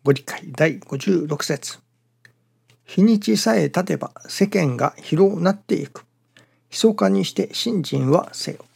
ご理解第56節。日にちさえ経てば世間が広なっていく。密かにして信心はせよ。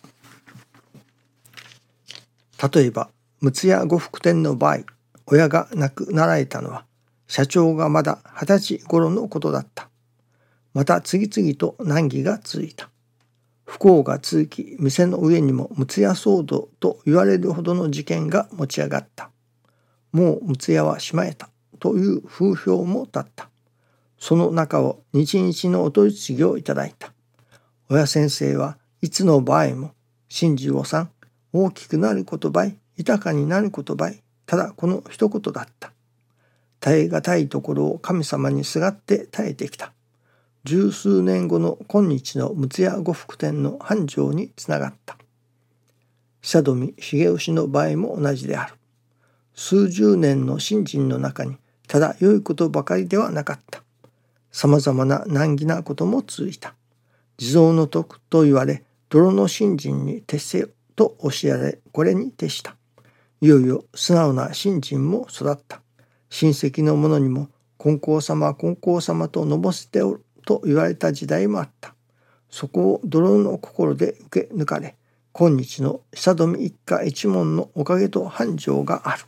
例えば、陸奥屋呉服店の場合、親が亡くなられたのは、社長がまだ20歳頃のことだった。また次々と難儀が続いた。不幸が続き、店の上にも陸奥屋騒動と言われるほどの事件が持ち上がった。もう陸奥屋はしまえたという風評も立った。その中を日々のお取り次ぎをいただいた。親先生はいつの場合も、信じをさん、大きくなることばい、豊かになることばい、ただこの一言だった。耐え難いところを神様にすがって耐えてきた。十数年後の今日の陸奥屋呉服店の繁盛につながった。久富茂吉の場合も同じである。数十年の信心の中にただ良いことばかりではなかった。さまざまな難儀なことも続いた。地蔵の徳と言われ、泥の信心に徹せよと教えられ、これに徹した。いよいよ素直な信心も育った。親戚の者にも金光様金光様とのぼせておると言われた時代もあった。そこを泥の心で受け抜かれ、今日の久富一家一門のおかげと繁盛がある。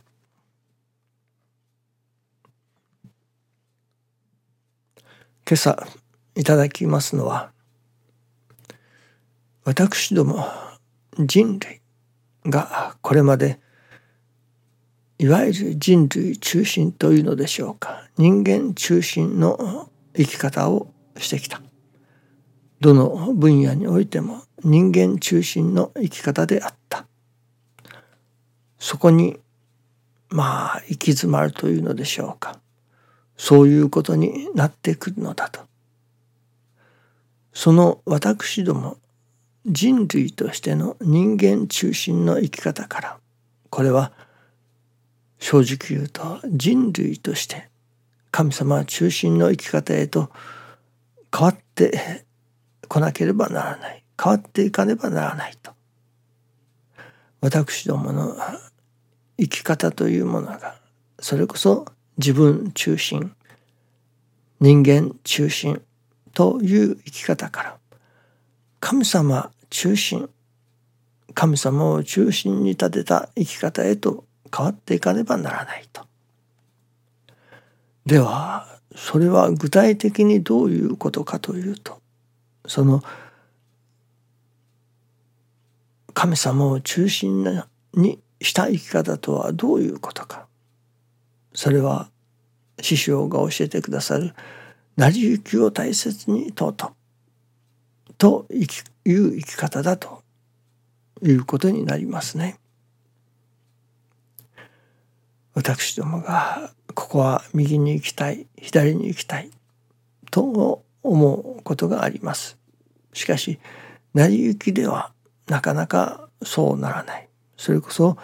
今朝いただきますのは、私ども人類がこれまでいわゆる人類中心というのでしょうか、人間中心の生き方をしてきた。どの分野においても人間中心の生き方であった。そこに行き詰まるというのでしょうか、そういうことになってくるのだと。その私ども人類としての人間中心の生き方から、これは正直言うと人類として神様中心の生き方へと変わってこなければならない、変わっていかねばならないと。私どもの生き方というものが、それこそ自分中心、人間中心という生き方から神様中心、神様を中心に立てた生き方へと変わっていかねばならないと。ではそれは具体的にどういうことかというと、その神様を中心にした生き方とはどういうことか。それは師匠が教えてくださる成り行きを大切に尊という生き方だということになりますね。私どもがここは右に行きたい、左に行きたいと思うことがあります。しかし成り行きではなかなかそうならない。それこそ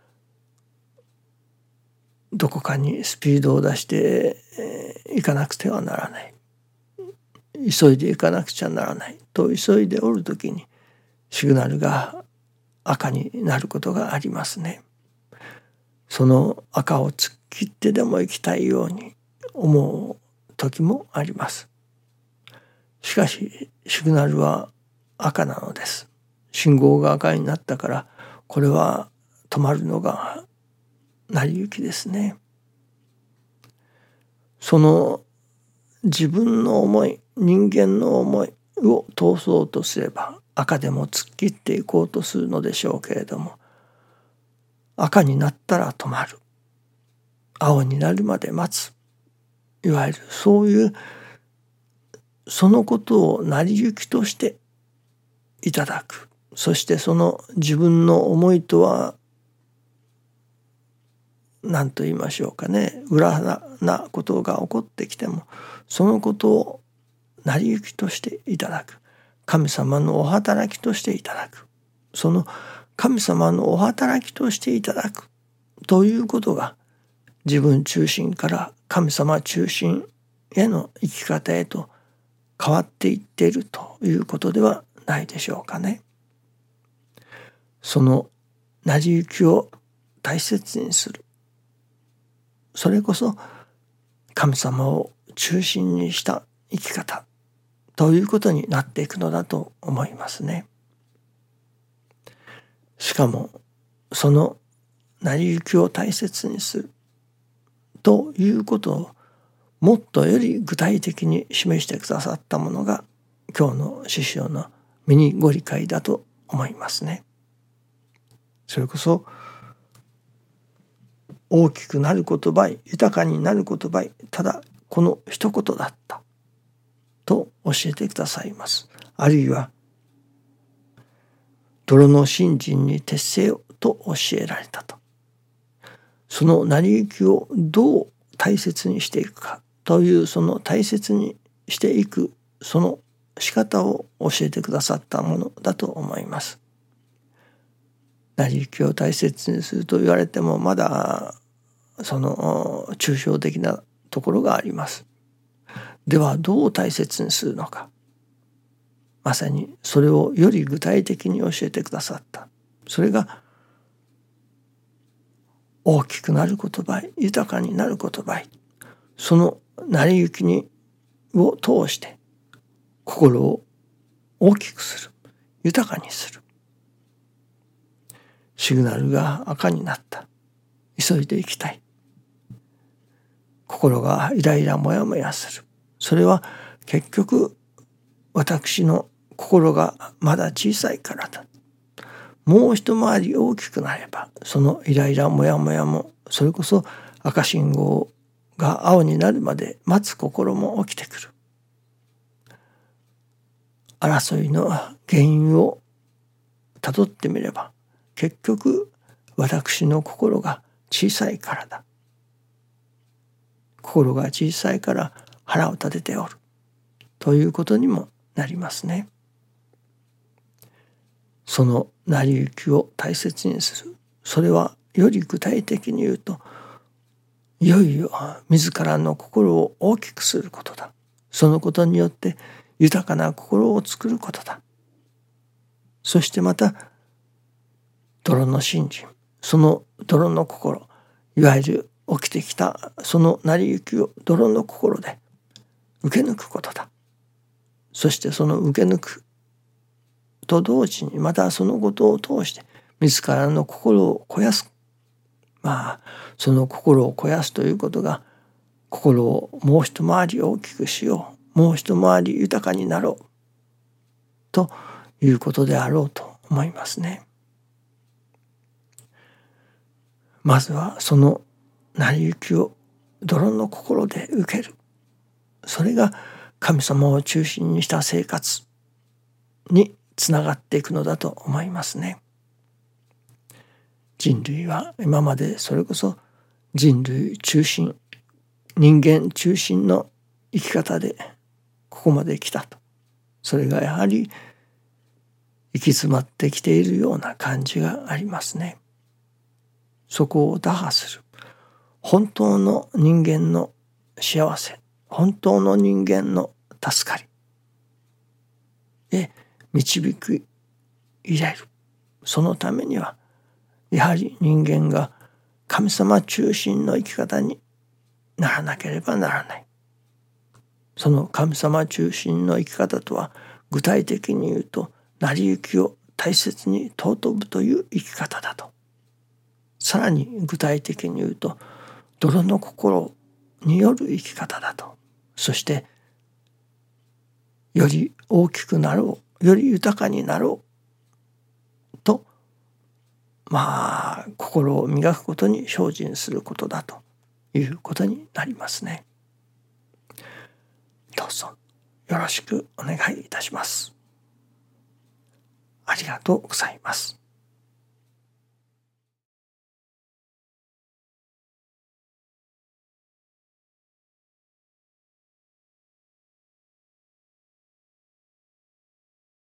どこかにスピードを出して行かなくてはならない、急いで行かなくちゃならないと急いでおるときにシグナルが赤になることがありますね。その赤を突っ切ってでも行きたいように思う時もあります。しかしシグナルは赤なのです。信号が赤になったから、これは止まるのが成り行きですね。その自分の思い、人間の思いを通そうとすれば赤でも突っ切っていこうとするのでしょうけれども、赤になったら止まる、青になるまで待つ、いわゆるそういうそのことを成り行きとしていただく。そしてその自分の思いとは何と言いましょうかね、裏なことが起こってきても、そのことを成り行きとしていただく、神様のお働きとしていただく、その神様のお働きとしていただくということが、自分中心から神様中心への生き方へと変わっていっているということではないでしょうかね。その成り行きを大切にする、 それこそ神様を中心にした生き方ということになっていくのだと思いますね。しかもその成り行きを大切にするということをもっとより具体的に示してくださったものが今日の師匠のミニご理解だと思いますね。それこそ大きくなることばい、豊かになることばい、ただこの一言だったと教えてくださいます。あるいは泥の信心に徹せよと教えられたと。その成り行きをどう大切にしていくかというその大切にしていくその仕方を教えてくださったものだと思います。成り行きを大切にすると言われてもまだその抽象的なところがあります。ではどう大切にするのか。まさにそれをより具体的に教えてくださった。それが大きくなる言葉、豊かになる言葉、その成り行きを通して心を大きくする、豊かにする。シグナルが赤になった。急いで行きたい。心がイライラモヤモヤする。それは結局私の心がまだ小さいからだ。もう一回り大きくなればそのイライラモヤモヤもそれこそ赤信号が青になるまで待つ心も起きてくる。争いの原因をたどってみれば結局私の心が小さいからだ。心が小さいから腹を立てておるということにもなりますね。その成り行きを大切にする。それはより具体的に言うといよいよ自らの心を大きくすることだ。そのことによって豊かな心を作ることだ。そしてまた泥の信心、その泥の心、いわゆる起きてきたその成り行きを泥の心で受け抜くことだ。そしてその受け抜くと同時にまたそのことを通して自らの心を肥やす。その心を肥やすということが心をもう一回り大きくしよう、もう一回り豊かになろうということであろうと思いますね。まずはその成り行きを泥の心で受ける。それが神様を中心にした生活につながっていくのだと思いますね。人類は今までそれこそ人類中心、人間中心の生き方でここまで来たと。それがやはり行き詰まってきているような感じがありますね。そこを打破する。本当の人間の幸せ、本当の人間の助かりへ導き入れる。そのためにはやはり人間が神様中心の生き方にならなければならない。その神様中心の生き方とは具体的に言うと成り行きを大切に尊ぶという生き方だと。さらに具体的に言うと泥の心による生き方だと。そしてより大きくなろう、より豊かになろうと心を磨くことに精進することだということになりますね。どうぞよろしくお願いいたします。ありがとうございます。